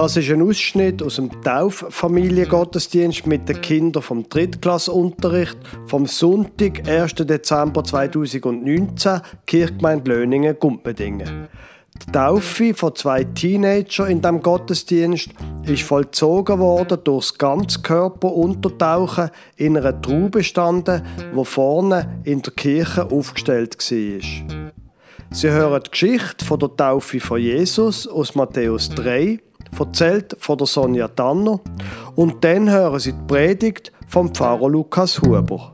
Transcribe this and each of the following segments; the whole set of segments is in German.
Das ist ein Ausschnitt aus dem Tauffamiliengottesdienst mit den Kindern vom Drittklassunterricht vom Sonntag, 1. Dezember 2019, Kirchgemeinde Löningen-Gumpendingen. Die Taufe von 2 Teenagern in diesem Gottesdienst ist vollzogen worden durch das Ganzkörperuntertauchen in einer Traube standen, die vorne in der Kirche aufgestellt war. Sie hören die Geschichte von der Taufe von Jesus aus Matthäus 3, erzählt von der Sonja Tanner, und dann hören Sie die Predigt vom Pfarrer Lukas Huber.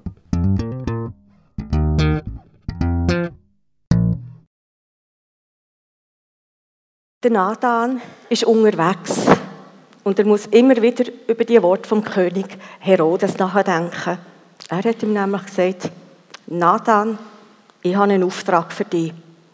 Der Nathan ist unterwegs und er muss immer wieder über die Worte vom König Herodes nachdenken. Er hat ihm nämlich gesagt: Nathan, ich habe einen Auftrag für dich.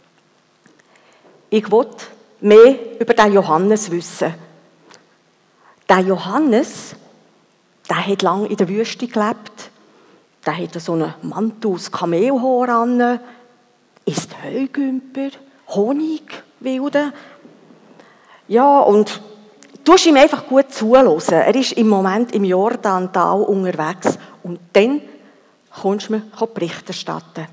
Ich will mehr über den Johannes wissen. Der Johannes, der hat lange in der Wüste gelebt. Der hat so einen Mantel aus Kamelhaar an, isst Heugümper, Honig, Wilde. Ja, und du musst ihm einfach gut zuhören. Er ist im Moment im Jordantal unterwegs. Und dann kommst du mir Bericht erstatten.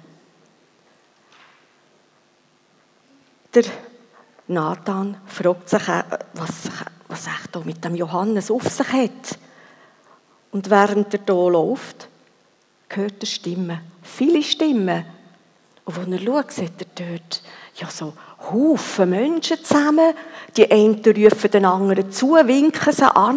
Der Nathan fragt sich, was echt da mit dem Johannes auf sich hat. Und während er hier läuft, hört er Stimmen, viele Stimmen. Und als er schaut, sieht er dort ja so Haufen Menschen zusammen. Die einen rufen den anderen zu, winken sie an.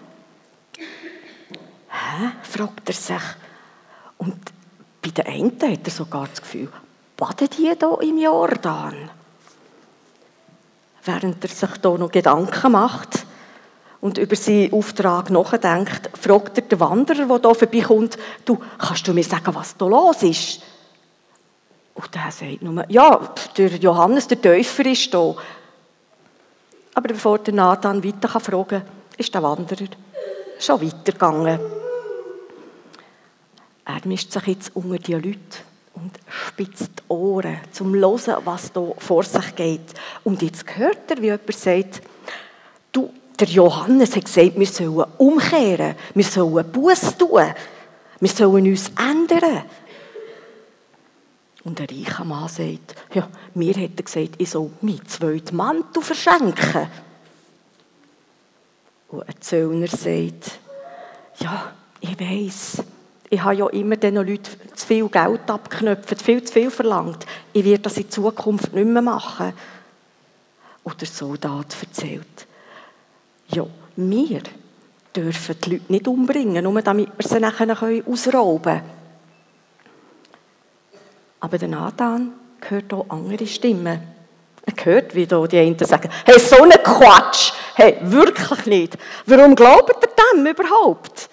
Fragt er sich. Und bei den einen hat er sogar das Gefühl, baden die hier im Jordan? Während er sich hier noch Gedanken macht und über seinen Auftrag nachdenkt, fragt er den Wanderer, der hier vorbeikommt: Du, kannst du mir sagen, was da los ist? Und der sagt nur: Ja, der Johannes, der Täufer, ist hier. Aber bevor der Nathan weiter fragen kann, ist der Wanderer schon weitergegangen. Er mischt sich jetzt unter die Leute und spitzt die Ohren, um zu hören, was hier vor sich geht. Und jetzt hört er, wie jemand sagt: Du, der Johannes hat gesagt, wir sollen umkehren, wir sollen Buße tun, wir sollen uns ändern. Und der reiche Mann sagt: Ja, mir hat er gesagt, ich soll meinen 2. Mantel verschenken. Und ein Zöllner sagt: Ja, ich weiss, ich habe ja immer diesen Leuten zu viel Geld abgeknöpft, viel zu viel verlangt. Ich werde das in Zukunft nicht mehr machen. Und der Soldat erzählt: Ja, wir dürfen die Leute nicht umbringen, nur damit wir sie nachher ausrauben können. Aber der Nathan hört auch andere Stimmen. Er hört, wie da die einen sagen: Hey, so ein Quatsch! Hey, wirklich nicht! Warum glaubt ihr dem überhaupt?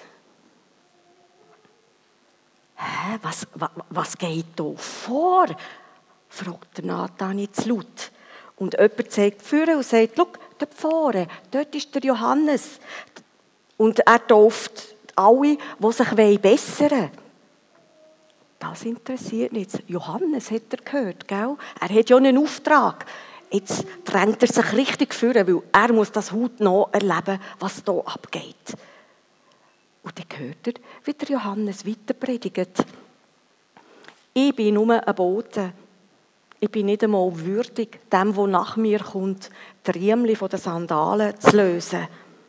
Was geht da vor? Fragt der Nathan jetzt laut. Und jemand zeigt vorne und sagt: Schau, dort vorne, dort ist der Johannes. Und er tauft alle, die sich bessern wollen. Das interessiert nicht. Johannes hat er gehört, gell? Er hat ja einen Auftrag. Jetzt drängt er sich richtig vor, weil er muss das hautnah erleben, was hier abgeht. Und dann hört er, wie der Johannes weiter predigt. Ich bin nur ein Bote. Ich bin nicht einmal würdig, dem, der nach mir kommt, die Riemchen von den Sandalen zu lösen.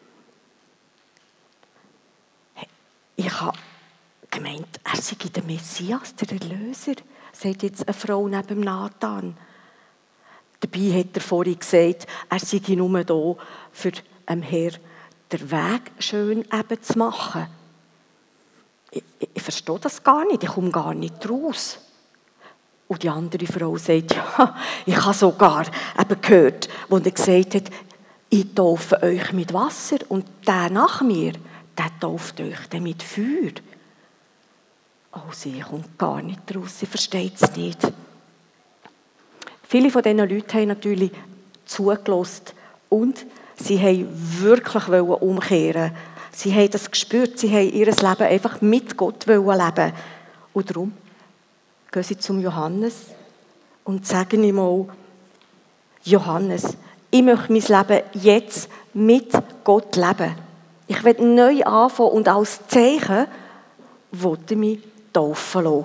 Ich habe gemeint, er sei der Messias, der Erlöser, sagt jetzt eine Frau neben Nathan. Dabei hat er vorhin gesagt, er sei nur da, für dem Herrn den Weg schön eben zu machen. Ich verstehe das gar nicht, ich komme gar nicht raus. Und die andere Frau sagt: Ja, ich habe sogar eben gehört, wo er gesagt hat, ich taufe euch mit Wasser und der nach mir, der tauft euch dann mit Feuer. Oh, sie kommt gar nicht raus, sie versteht es nicht. Viele von diesen Leuten haben natürlich zugelassen und sie haben wirklich umkehren. Sie haben das gespürt, sie haben ihr Leben einfach mit Gott leben. Und darum gehen sie zum Johannes und sagen ihm auch: Johannes, Ich möchte mein Leben jetzt mit Gott leben. Ich will neu anfangen und als Zeichen wollte ich mich taufen lassen.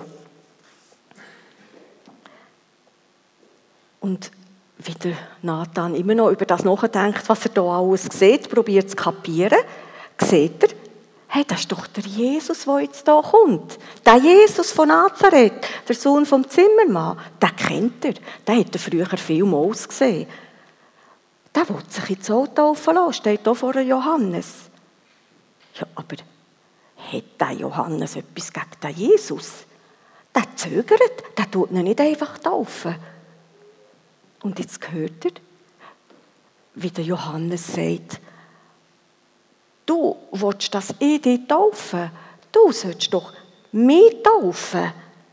Und wie der Nathan immer noch über das nachdenkt, was er hier alles sieht, probiert zu kapieren, sieht er, hey, das ist doch der Jesus, der jetzt hier kommt. Der Jesus von Nazareth, der Sohn vom Zimmermann, den kennt er. Den hat er früher vielmals gesehen. Der will sich jetzt auch taufen lassen, steht hier vor Johannes. Ja, aber hat der Johannes etwas gegen den Jesus? Der zögert, der tut ihn nicht einfach taufen. Und jetzt hört er, wie der Johannes sagt, du willst, dass ich dich taufe? Du sollst doch mich taufen.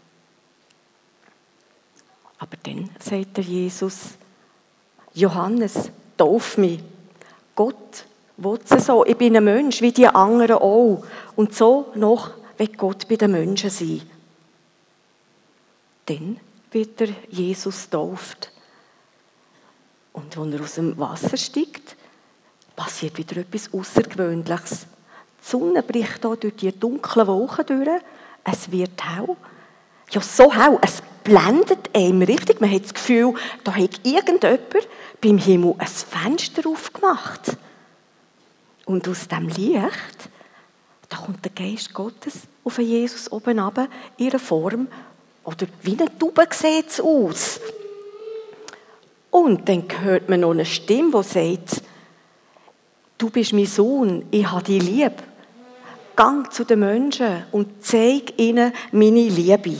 Aber dann sagt der Jesus, Johannes, tauf mich. Gott will es so. Ich bin ein Mensch, wie die anderen auch. Und so noch wird Gott bei den Menschen sein. Dann wird der Jesus getauft. Und als er aus dem Wasser steigt, passiert wieder etwas Außergewöhnliches. Die Sonne bricht hier durch die dunklen Wolken durch. Es wird hell. Ja, so hell. Es blendet einem richtig. Man hat das Gefühl, da hat irgendjemand beim Himmel ein Fenster aufgemacht. Und aus dem Licht, da kommt der Geist Gottes auf Jesus oben runter, in ihrer Form. Oder wie eine Taube sieht es aus. Und dann hört man noch eine Stimme, die sagt, du bist mein Sohn, ich habe dich lieb. Gang zu den Menschen und zeig ihnen meine Liebe.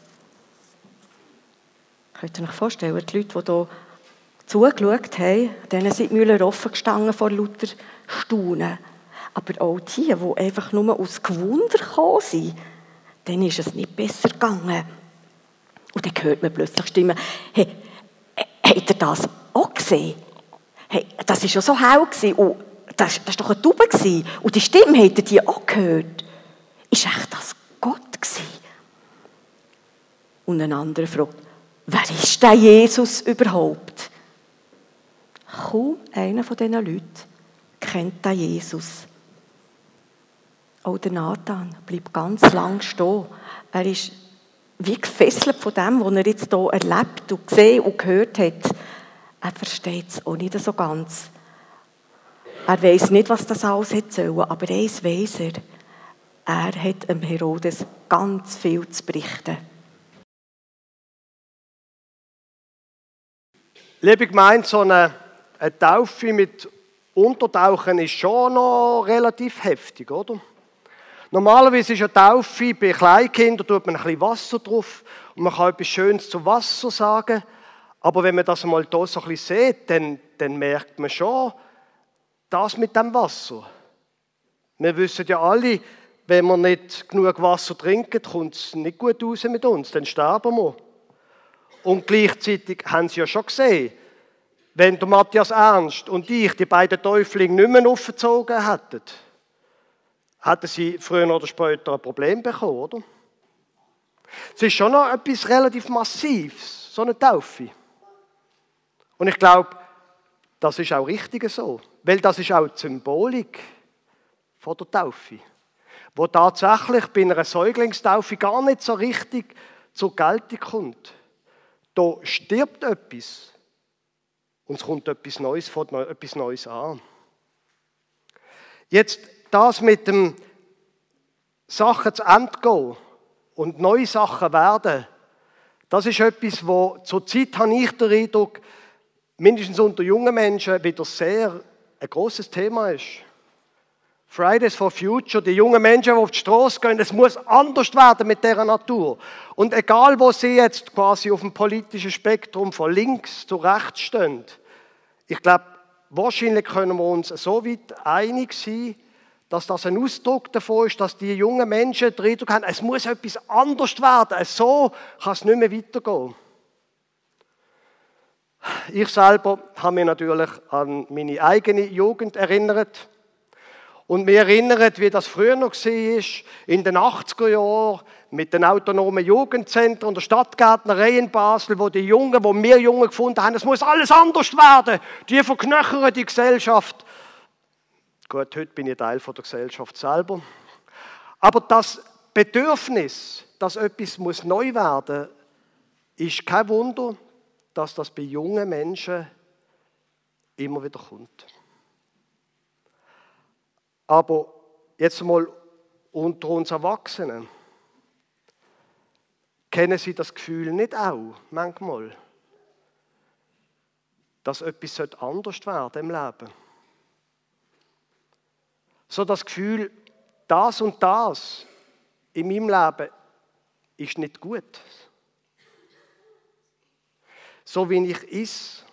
Könnt ihr euch vorstellen, die Leute, die hier zugeschaut haben, denen sind die Müller offen gestanden vor lauter Staunen. Aber auch die einfach nur aus Gewunder gekommen sind, denen ist es nicht besser gegangen. Und dann hört man plötzlich Stimmen, hey, habt ihr das auch gesehen? Hey, das war ja so hell und das war doch eine Taube. Und die Stimme habt ihr die auch gehört. Ist echt das Gott gewesen? Und ein anderer fragt, wer ist der Jesus überhaupt? Kaum einer von diesen Leuten kennt den Jesus. Auch der Nathan bleibt ganz lang stehen. Er ist wie gefesselt von dem, was er jetzt hier erlebt und gesehen und gehört hat. Er versteht es auch nicht so ganz. Er weiss nicht, was das alles hat sollen, aber eins weiss er. Er hat dem Herodes ganz viel zu berichten. Liebe Gemeinde, so eine Taufe mit Untertauchen ist schon noch relativ heftig, oder? Normalerweise ist eine Taufe bei Kleinkindern, tut man ein bisschen Wasser drauf und man kann etwas Schönes zum Wasser sagen. Aber wenn man das mal hier so ein bisschen sieht, dann merkt man schon, das mit dem Wasser. Wir wissen ja alle, wenn wir nicht genug Wasser trinken, kommt es nicht gut raus mit uns, dann sterben wir. Und gleichzeitig haben sie ja schon gesehen, wenn der Matthias Ernst und ich die beiden Täuflinge nicht mehr aufgezogen hätten sie früher oder später ein Problem bekommen, oder? Es ist schon noch etwas relativ Massives, so eine Taufe. Und ich glaube, das ist auch richtig so. Weil das ist auch die Symbolik von der Taufe. Wo tatsächlich bei einer Säuglingstaufe gar nicht so richtig zur Geltung kommt. Da stirbt etwas und es kommt etwas Neues, fängt etwas Neues an. Jetzt das mit dem Sachen zu Ende gehen und neue Sachen werden, das ist etwas, wo zur Zeit habe ich den Eindruck, mindestens unter jungen Menschen wieder sehr ein grosses Thema ist. Fridays for Future, die jungen Menschen, die auf die Straße gehen, es muss anders werden mit dieser Natur. Und egal, wo sie jetzt quasi auf dem politischen Spektrum von links zu rechts stehen, ich glaube, wahrscheinlich können wir uns so weit einig sein, dass das ein Ausdruck davon ist, dass die jungen Menschen den Eindruck haben, es muss etwas anders werden, so kann es nicht mehr weitergehen. Ich selber habe mich natürlich an meine eigene Jugend erinnert. Und mich erinnert, wie das früher noch war, in den 80er Jahren mit den autonomen Jugendzentren und der Stadtgärtnerei in Basel, wo wir Jungen gefunden haben, es muss alles anders werden, die verknöchern die Gesellschaft. Gut, heute bin ich Teil der Gesellschaft selber. Aber das Bedürfnis, dass etwas neu werden muss, ist kein Wunder, dass das bei jungen Menschen immer wieder kommt. Aber jetzt mal unter uns Erwachsenen. Kennen Sie das Gefühl nicht auch, manchmal, dass etwas anders werden im Leben? So das Gefühl, das und das in meinem Leben ist nicht gut. So wie ich is,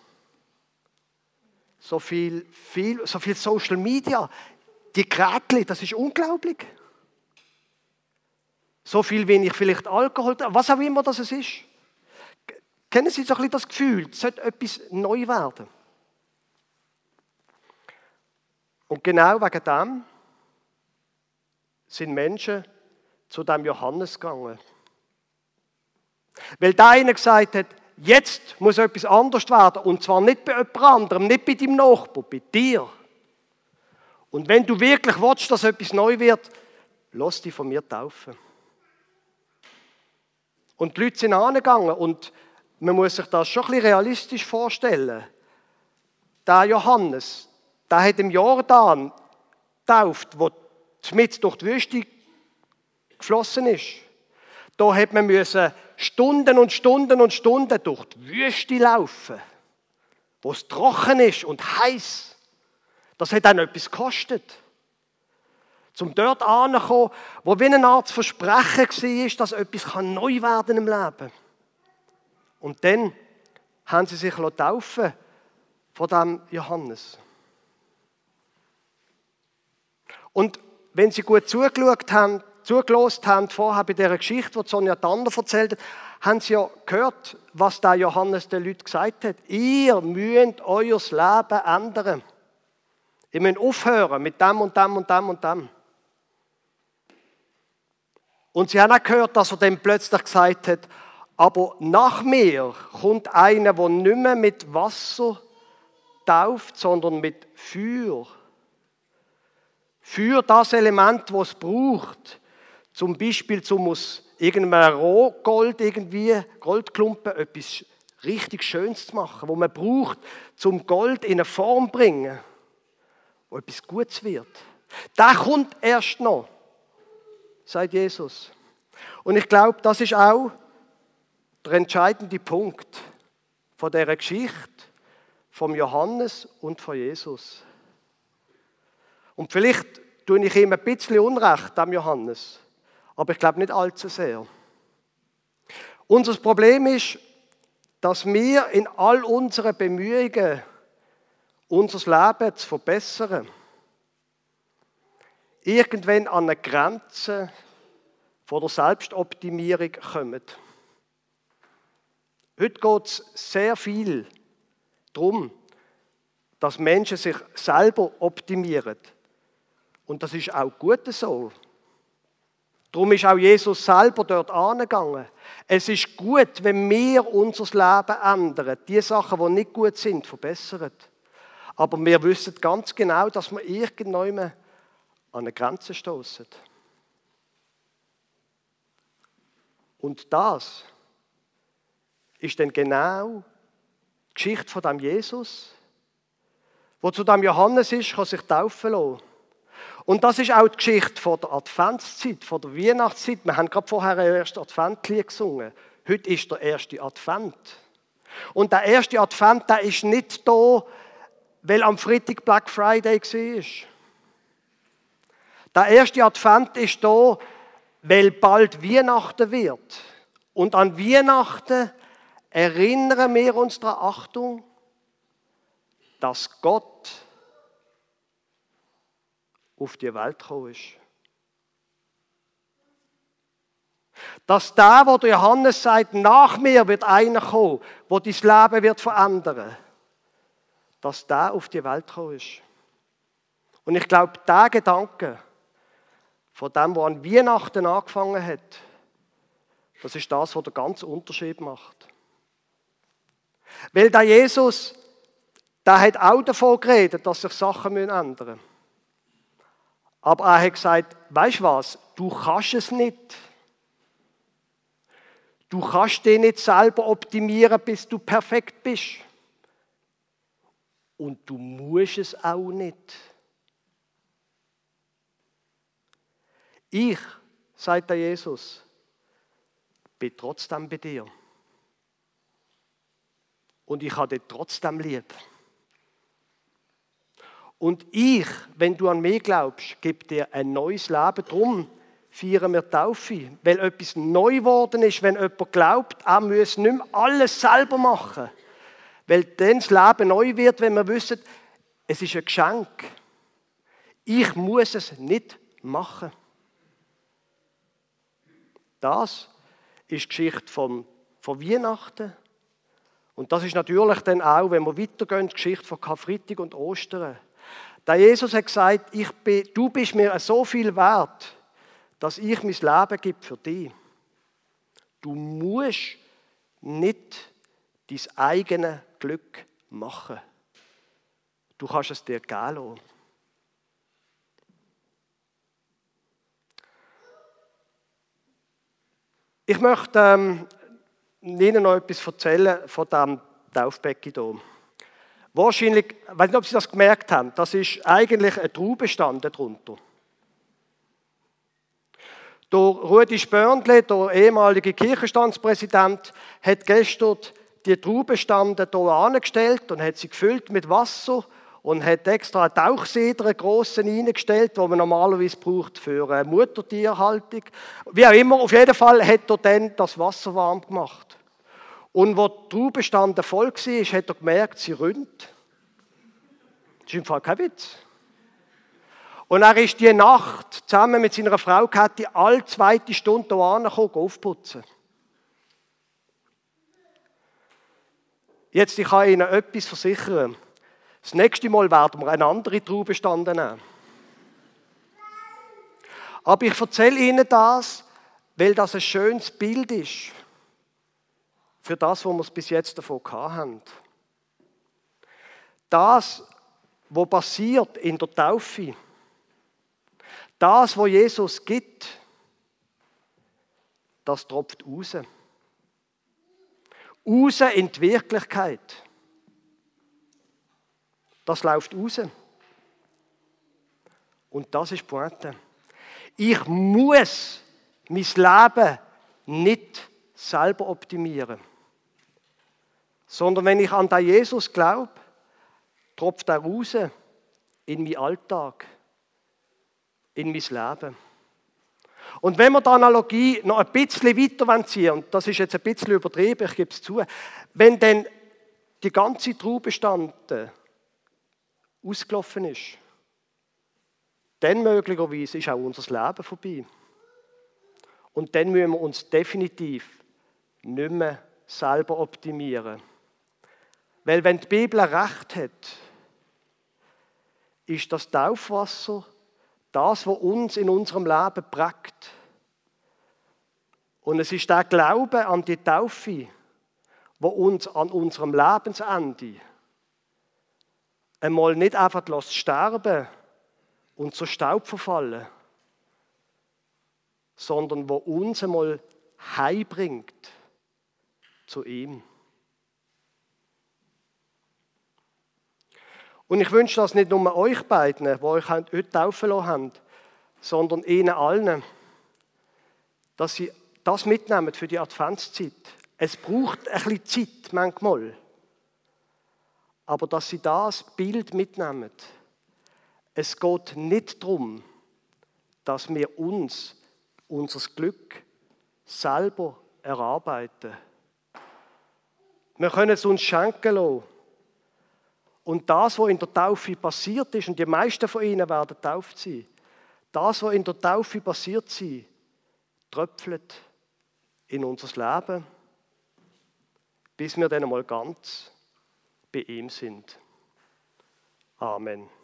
so viel Social Media, die Geräte, das ist unglaublich. So viel, wie ich vielleicht Alkohol, was auch immer das ist. Kennen Sie so ein bisschen das Gefühl, es sollte etwas neu werden? Und genau wegen dem sind Menschen zu dem Johannes gegangen. Weil der eine gesagt hat, jetzt muss etwas anders werden. Und zwar nicht bei jemand anderem, nicht bei deinem Nachbarn, bei dir. Und wenn du wirklich willst, dass etwas neu wird, lass dich von mir taufen. Und die Leute sind angegangen und man muss sich das schon ein bisschen realistisch vorstellen. Der Johannes, der hat im Jordan getauft, wo mitten durch die Wüste geflossen ist. Da hat man Stunden und Stunden und Stunden durch die Wüste laufen, wo es trocken ist und heiß. Das hat dann etwas gekostet. Zum dort anzukommen, wo wie eine Art Versprechen war, dass etwas neu werden im Leben. Und dann haben sie sich taufen von dem Johannes. Und wenn Sie gut zugelassen haben, vorher bei dieser Geschichte, die Sonja Tanner erzählt hat, haben Sie ja gehört, was der Johannes den Leuten gesagt hat. Ihr müsst euer Leben ändern. Ihr müsst aufhören mit dem und dem und dem und dem. Und Sie haben auch gehört, dass er dann plötzlich gesagt hat, aber nach mir kommt einer, der nicht mehr mit Wasser tauft, sondern mit Feuer. Für das Element, das es braucht, zum Beispiel aus irgendeinem Rohgold, Goldklumpen, etwas richtig Schönes zu machen, wo man braucht, zum Gold in eine Form zu bringen, wo etwas Gutes wird. Der kommt erst noch, sagt Jesus. Und ich glaube, das ist auch der entscheidende Punkt von dieser Geschichte vom Johannes und von Jesus. Und vielleicht tue ich ihm ein bisschen Unrecht, dem Johannes, aber ich glaube nicht allzu sehr. Unser Problem ist, dass wir in all unseren Bemühungen, unser Leben zu verbessern, irgendwann an eine Grenze von der Selbstoptimierung kommen. Heute geht es sehr viel darum, dass Menschen sich selber optimieren. Und das ist auch gut so. Darum ist auch Jesus selber dort angegangen. Es ist gut, wenn wir unser Leben ändern, die Sachen, die nicht gut sind, verbessern. Aber wir wissen ganz genau, dass wir irgendwann an eine Grenze stoßen. Und das ist dann genau die Geschichte von dem Jesus, wo zu dem Johannes ist, kann sich taufen lassen. Und das ist auch die Geschichte von der Adventszeit, von der Weihnachtszeit. Wir haben gerade vorher ein erstes Adventlied gesungen. Heute ist der erste Advent. Und der erste Advent, der ist nicht da, weil am Freitag Black Friday war. Der erste Advent ist da, weil bald Weihnachten wird. Und an Weihnachten erinnern wir uns daran, Achtung, dass Gott auf die Welt gekommen ist. Dass der, wo der Johannes sagt, nach mir wird einer kommen, der dein Leben wird verändern, dass der auf die Welt gekommen ist. Und ich glaube, der Gedanke von dem, der an Weihnachten angefangen hat, Das ist das, was den ganzen Unterschied macht. Weil der Jesus, der hat auch davon geredet, dass sich Sachen ändern müssen. Aber er hat gesagt, weisst du was, du kannst es nicht. Du kannst dich nicht selber optimieren, bis du perfekt bist. Und du musst es auch nicht. Ich, sagt der Jesus, bin trotzdem bei dir. Und ich habe dich trotzdem lieb. Und ich, wenn du an mich glaubst, gebe dir ein neues Leben. Darum feiern wir Taufe. Weil etwas neu geworden ist, wenn jemand glaubt, er muss nicht mehr alles selber machen. Weil dann das Leben neu wird, wenn wir wissen, es ist ein Geschenk. Ich muss es nicht machen. Das ist die Geschichte von Weihnachten. Und das ist natürlich dann auch, wenn wir weitergehen, die Geschichte von Karfreitag und Ostern. Der Jesus hat gesagt, du bist mir so viel wert, dass ich mein Leben gebe für dich. Du musst nicht dein eigenes Glück machen. Du kannst es dir geben lassen. Ich möchte Ihnen noch etwas erzählen von diesem Taufbecken hier. Wahrscheinlich, ich weiß nicht, ob Sie das gemerkt haben, das ist eigentlich ein Traubenstand darunter. Der Rudi Spörndle, der ehemalige Kirchenstandspräsident, hat gestern die Traubenstände hier angestellt und hat sie gefüllt mit Wasser und hat extra einen Tauchsieder, einen grossen, reingestellt, den man normalerweise braucht für eine Muttertierhaltung. Wie auch immer, auf jeden Fall hat er dann das Wasser warm gemacht. Und als die Traubenstände voll war, hat er gemerkt, sie rinnt. Das ist im Fall kein Witz. Und er ist die Nacht zusammen mit seiner Frau Kathi alle 2. Stunde hier angekommen, aufputzen. Jetzt, ich kann Ihnen etwas versichern. Das nächste Mal werden wir eine andere Traubenstände nehmen. Aber ich erzähle Ihnen das, weil das ein schönes Bild ist für das, was wir bis jetzt davon hatten. Das, was passiert in der Taufe, das, was Jesus gibt, das tropft raus. Raus in die Wirklichkeit. Das läuft raus. Und das ist die Pointe. Ich muss mein Leben nicht selber optimieren. Sondern wenn ich an den Jesus glaube, tropft er raus in meinen Alltag, in mein Leben. Und wenn wir die Analogie noch ein bisschen weiter ziehen, und das ist jetzt ein bisschen übertrieben, ich gebe es zu, wenn dann die ganze Traubenstande ausgelaufen ist, dann möglicherweise ist auch unser Leben vorbei. Und dann müssen wir uns definitiv nicht mehr selber optimieren. Weil wenn die Bibel recht hat, ist das Taufwasser das, was uns in unserem Leben prägt. Und es ist der Glaube an die Taufe, der uns an unserem Lebensende einmal nicht einfach sterben und zu Staub verfallen, sondern wo uns einmal heimbringt zu ihm. Und ich wünsche das nicht nur euch beiden, die euch heute taufen lassen haben, sondern ihnen allen, dass sie das mitnehmen für die Adventszeit. Es braucht ein bisschen Zeit manchmal, aber dass sie das Bild mitnehmen. Es geht nicht darum, dass wir uns unser Glück selber erarbeiten. Wir können es uns schenken lassen. Und das, was in der Taufe passiert ist, und die meisten von ihnen werden getauft sein, das, was in der Taufe passiert ist, tröpfelt in unser Leben, bis wir dann einmal ganz bei ihm sind. Amen.